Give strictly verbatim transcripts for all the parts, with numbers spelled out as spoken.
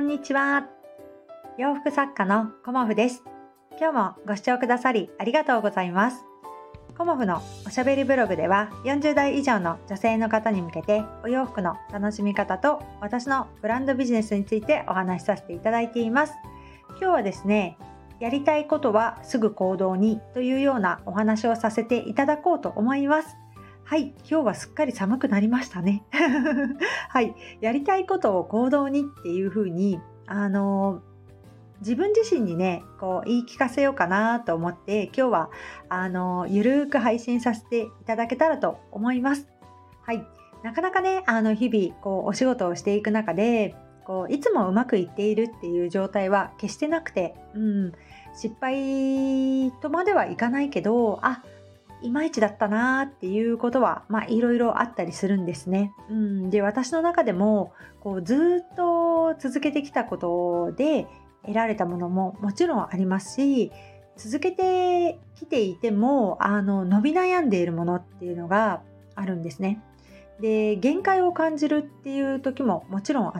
んにちは。洋服作家のコモフです。今日もご視聴くださりありがとうございます。コモフのおしゃべりブログではよんじゅう代以上の女性の方に向けてお洋服の楽しみ方と私のブランドビジネスについてお話しさせていただいています。今日はですね、やりたいことはすぐ行動にというようなお話をさせていただこうと思います。はい、今日はすっかり寒くなりましたね。はい、やりたいことを行動にっていう風に、あの自分自身にね、こう言い聞かせようかなと思って、今日はあのゆるーく配信させていただけたらと思います。はい、なかなかね、あの日々こうお仕事をしていく中で、こういつもうまくいっているっていう状態は決してなくて、うん、失敗とまではいかないけど、あ、いまいちだったなーっていうことは、まあいろいろあったりするんですね。うん、で、私の中でもこうずっと続けてきたことで得られたものももちろんありますし、続けてきていてもあの伸び悩んでいるものっていうのがあるんですね。で、限界を感じるっていう時ももちろんあって、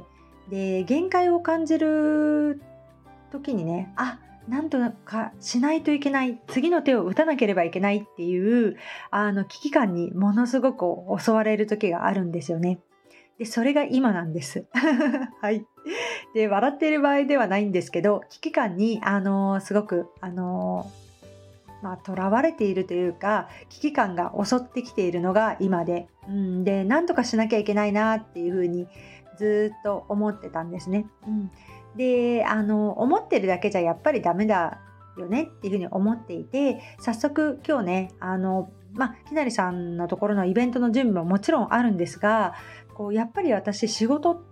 で、限界を感じる時にね、あ、なんとかしないといけない、次の手を打たなければいけないっていうあの危機感にものすごく襲われる時があるんですよね。で、それが今なんです。はい。で、笑っている場合ではないんですけど、危機感にあのすごくあのまあ囚われているというか、危機感が襲ってきているのが今で、うん、で、なんとかしなきゃいけないなっていうふうにずっと思ってたんですね。うん、で、あの思ってるだけじゃやっぱりダメだよねっていうふうに思っていて、早速今日ね、あのまあきなりさんのところのイベントの準備ももちろんあるんですが、こうやっぱり私仕事って、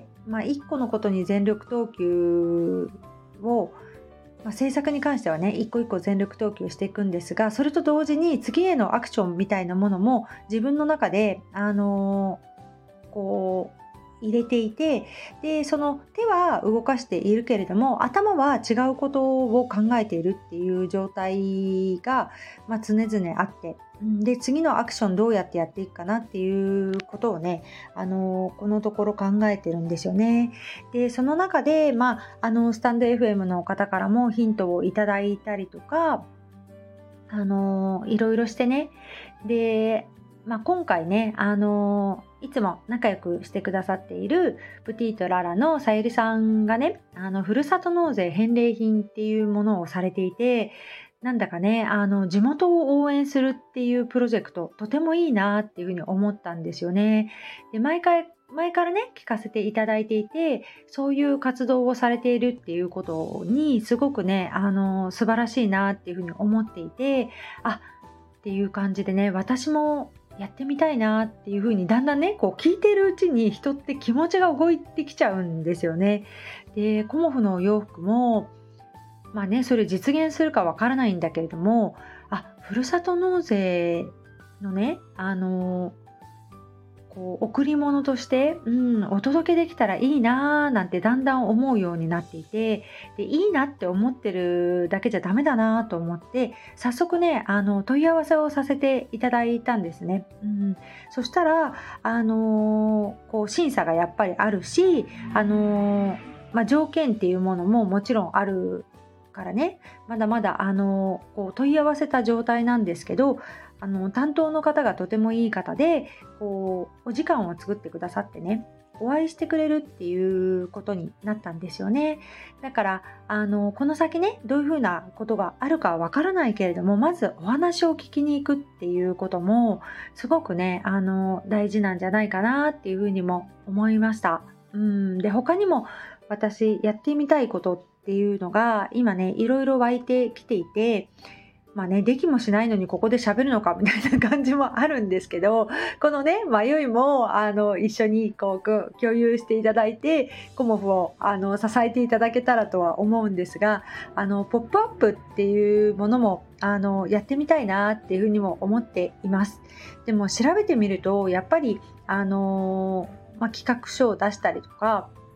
まあ、いっこのことに全力投球を、まあ、制作に関してはね、一個一個全力投球していくんですが、それと同時に次へのアクションみたいなものも自分の中で、あのーこう入れていて、で、その手は動かしているけれども、頭は違うことを考えているっていう状態が、まあ、常々あって、で、次のアクションどうやってやっていくかなっていうことをね、あのーこのところ考えてるんですよね。で、その中で、まあ、あのスタンド エフエム の方からもヒントをいただいたりとか、あのいろいろしてね。で、まあ、今回ね、あのいつも仲良くしてくださっているプティートララのさゆりさんがね、あのふるさと納税返礼品っていうものをされていて、なんだかね、あの地元を応援するっていうプロジェクト、とてもいいなっていうふうに思ったんですよね。で、毎回前からね、聞かせていただいていて、そういう活動をされているっていうことにすごくね、あの素晴らしいなっていうふうに思っていて、あっていう感じでね、私もやってみたいなっていうふうにだんだんね、こう聞いているうちに人って気持ちが動いてきちゃうんですよね。で、コモフのお洋服もまあね、それ実現するかわからないんだけれども、あ、ふるさと納税のね、あのこう贈り物として、うん、お届けできたらいいなーなんてだんだん思うようになっていて、で、いいなって思ってるだけじゃダメだなと思って、早速ね、あの問い合わせをさせていただいたんですね。うん、そしたら、あのーこう審査がやっぱりあるし、あのーまあ、条件っていうものももちろんあるからね、まだまだあのこう問い合わせた状態なんですけど、あの担当の方がとてもいい方で、こうお時間を作ってくださってね、お会いしてくれるっていうことになったんですよね。だからあのこの先ね、どういうふうなことがあるかはわからないけれども、まずお話を聞きに行くっていうこともすごくね、あの大事なんじゃないかなっていうふうにも思いました。うんで、他にも私やってみたいことっていうのが今ね、いろいろ湧いてきていて、まあね、できもしないのにここで喋るのかみたいな感じもあるんですけど、このね、迷いもあの一緒にこう共有していただいて、コモフをあの支えていただけたらとは思うんですが、あのポップアップっていうものもあのやってみたいなっていうふうにも思っています。でも調べてみると、やっぱりあの、まあ、企画書を出したりとか、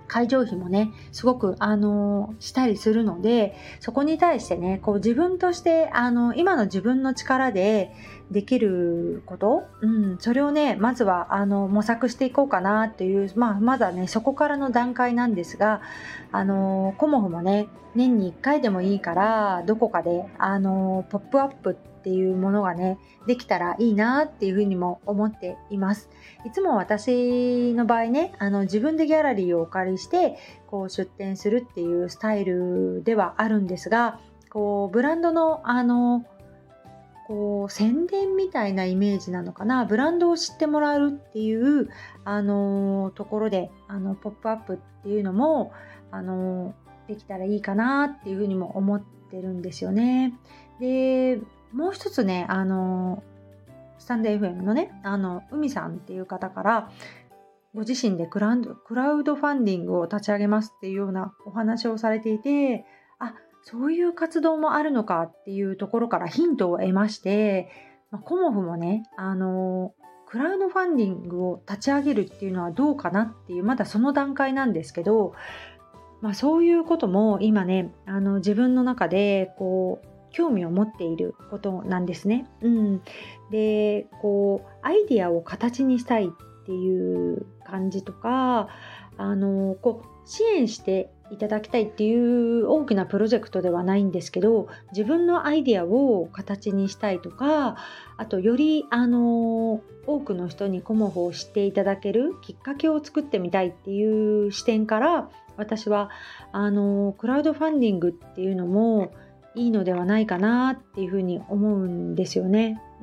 会場費もねすごくあのしたりするので、そこに対してねこう自分としてあの今の自分の力でできること、うん、それをねまずはあの模索していこうかなっていう、まあ、まだねそこからの段階なんですが、あのコモフもね年にいっかいでもいいからどこかであのポップアップっていうものがねできたらいいなっていうふうにも思っています。いつも私の場合ねあの自分でギャラリーをお借りしてこう出店するっていうスタイルではあるんですが、こうブランドのあのこう宣伝みたいなイメージなのかな、ブランドを知ってもらうっていうあのところであのポップアップっていうのもあのできたらいいかなっていうふうにも思ってるんですよね。でもう一つねあのスタンド エフエム のねあの海さんっていう方からご自身でクラウド、クラウドファンディングを立ち上げますっていうようなお話をされていて、あ、そういう活動もあるのかっていうところからヒントを得まして、まあ、コモフもねあのクラウドファンディングを立ち上げるっていうのはどうかなっていう、まだその段階なんですけど、まあ、そういうことも今ねあの自分の中でこう興味を持っていることなんですね。うん、でこうアイディアを形にしたいっていう感じとか、あのこう支援していただきたいっていう大きなプロジェクトではないんですけど、自分のアイディアを形にしたいとか、あとよりあの多くの人にコモフを知っていただけるきっかけを作ってみたいっていう視点から、私はあのクラウドファンディングっていうのもいいのではないかなっていうふうに思うんですよね。うん、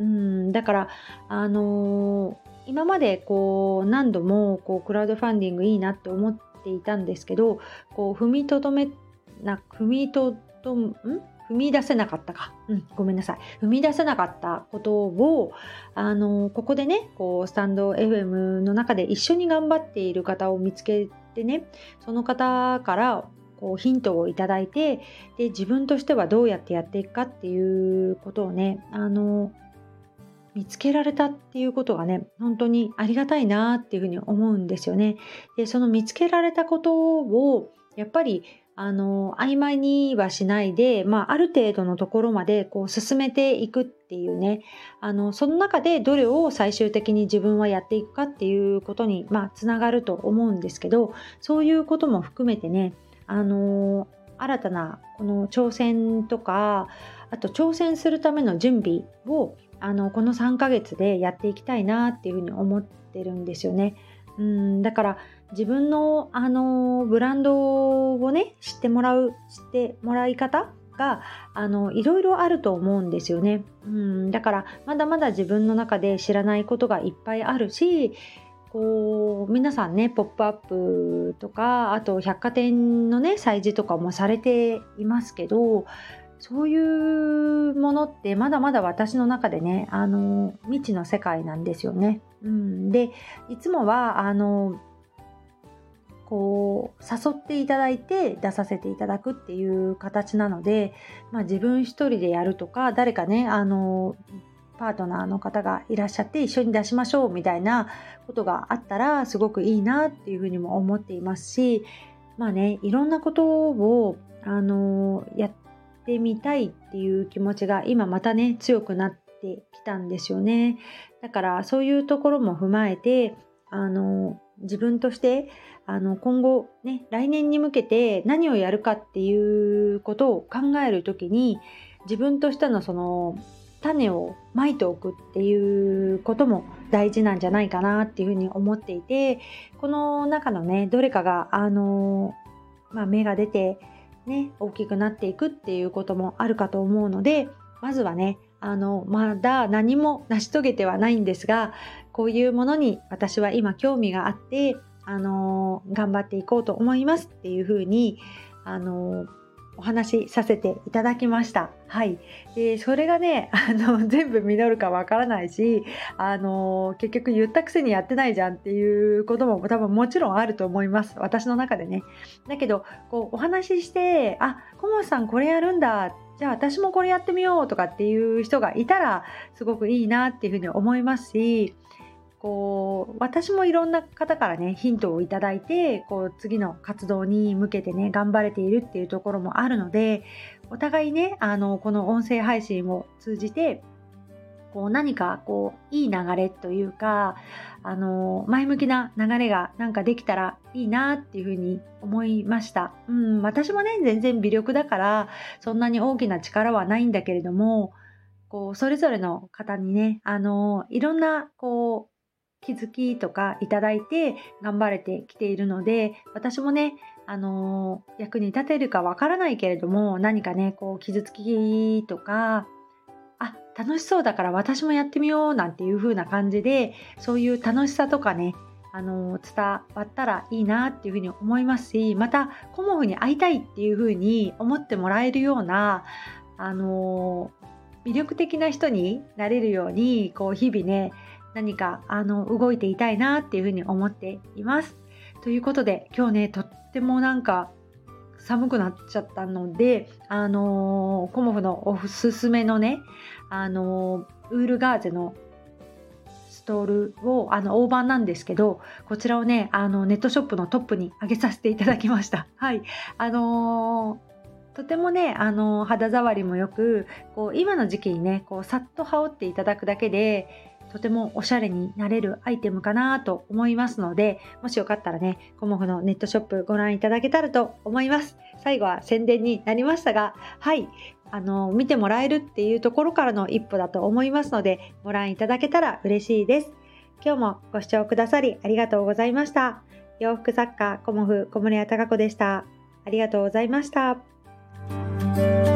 だからあの今までこう何度もこうクラウドファンディングいいなって思っていたんですけど、こう踏みとどめな踏みとどん踏み出せなかったか、うん、ごめんなさい踏み出せなかったことをあのここでねこうスタンド エフエム の中で一緒に頑張っている方を見つけてね、その方からこうヒントをいただいて、で自分としてはどうやってやっていくかっていうことをねあの見つけられたっていうことがね本当にありがたいなっていうふうに思うんですよね。でその見つけられたことをやっぱりあの曖昧にはしないで、まあ、ある程度のところまでこう進めていくっていうね、あのその中でどれを最終的に自分はやっていくかっていうことに、まあ、つながると思うんですけど、そういうことも含めてねあの新たなこの挑戦とか、あと挑戦するための準備をあのこのさんかげつでやっていきたいなっていうふうに思ってるんですよね。うんだから自分の、あのブランドをね知ってもらう知ってもらい方があのいろいろあると思うんですよね。うんだからまだまだ自分の中で知らないことがいっぱいあるし、こう皆さんねポップアップとかあと百貨店のね催事とかもされていますけど、そういうものってまだまだ私の中でねあの未知の世界なんですよね。うん、でいつもはあのこう誘っていただいて出させていただくっていう形なので、まあ、自分一人でやるとか誰かねあのパートナーの方がいらっしゃって一緒に出しましょうみたいなことがあったらすごくいいなっていうふうにも思っていますし、まあねいろんなことをあのやってみたいっていう気持ちが今またね強くなってきたんですよね。だからそういうところも踏まえてあの自分としてあの今後ね来年に向けて何をやるかっていうことを考えるときに自分としてのその種をまいておくっていうことも大事なんじゃないかなっていうふうに思っていて、この中のねどれかがあの、まあ、芽が出て、ね、大きくなっていくっていうこともあるかと思うので、まずはねあのまだ何も成し遂げてはないんですが、こういうものに私は今興味があってあの頑張っていこうと思いますっていうふうにあのお話しさせていただきました。はい。で、それがね、あの、全部実るかわからないし、あの、結局言ったくせにやってないじゃんっていうことも多分もちろんあると思います。私の中でね。だけど、こう、お話しして、あ、コモさんこれやるんだ。じゃあ私もこれやってみようとかっていう人がいたら、すごくいいなっていうふうに思いますし、 こう私もいろんな方からねヒントをいただいて、こう次の活動に向けてね頑張れているっていうところもあるので、お互いねあのこの音声配信を通じてこう何かこういい流れというか、あの前向きな流れがなんかできたらいいなっていうふうに思いました。うん、私もね全然微力だからそんなに大きな力はないんだけれども、こうそれぞれの方にねあのいろんなこう気づきとかいただいて頑張れてきているので、私もねあの役に立てるかわからないけれども、何かねこう傷つきとか、あ、楽しそうだから私もやってみようなんていう風な感じで、そういう楽しさとかねあの伝わったらいいなっていう風に思いますし、またコモフに会いたいっていう風に思ってもらえるようなあの魅力的な人になれるように、こう日々ね何かあの動いていたいなっていう風に思っています。ということで今日ねとってもなんか寒くなっちゃったので、あのー、コモフのおすすめのね、あのー、ウールガーゼのストールをあの大判なんですけど、こちらをねあのネットショップのトップに上げさせていただきました。はい、あのー、とてもね、あのー、肌触りもよく、こう今の時期にねこうさっと羽織っていただくだけでとてもおしゃれになれるアイテムかなと思いますので、もしよかったらねコモフのネットショップご覧いただけたらと思います。最後は宣伝になりましたが、はいあの見てもらえるっていうところからの一歩だと思いますので、ご覧いただけたら嬉しいです。今日もご視聴くださりありがとうございました。洋服作家コモフ小森屋貴子でした。ありがとうございました。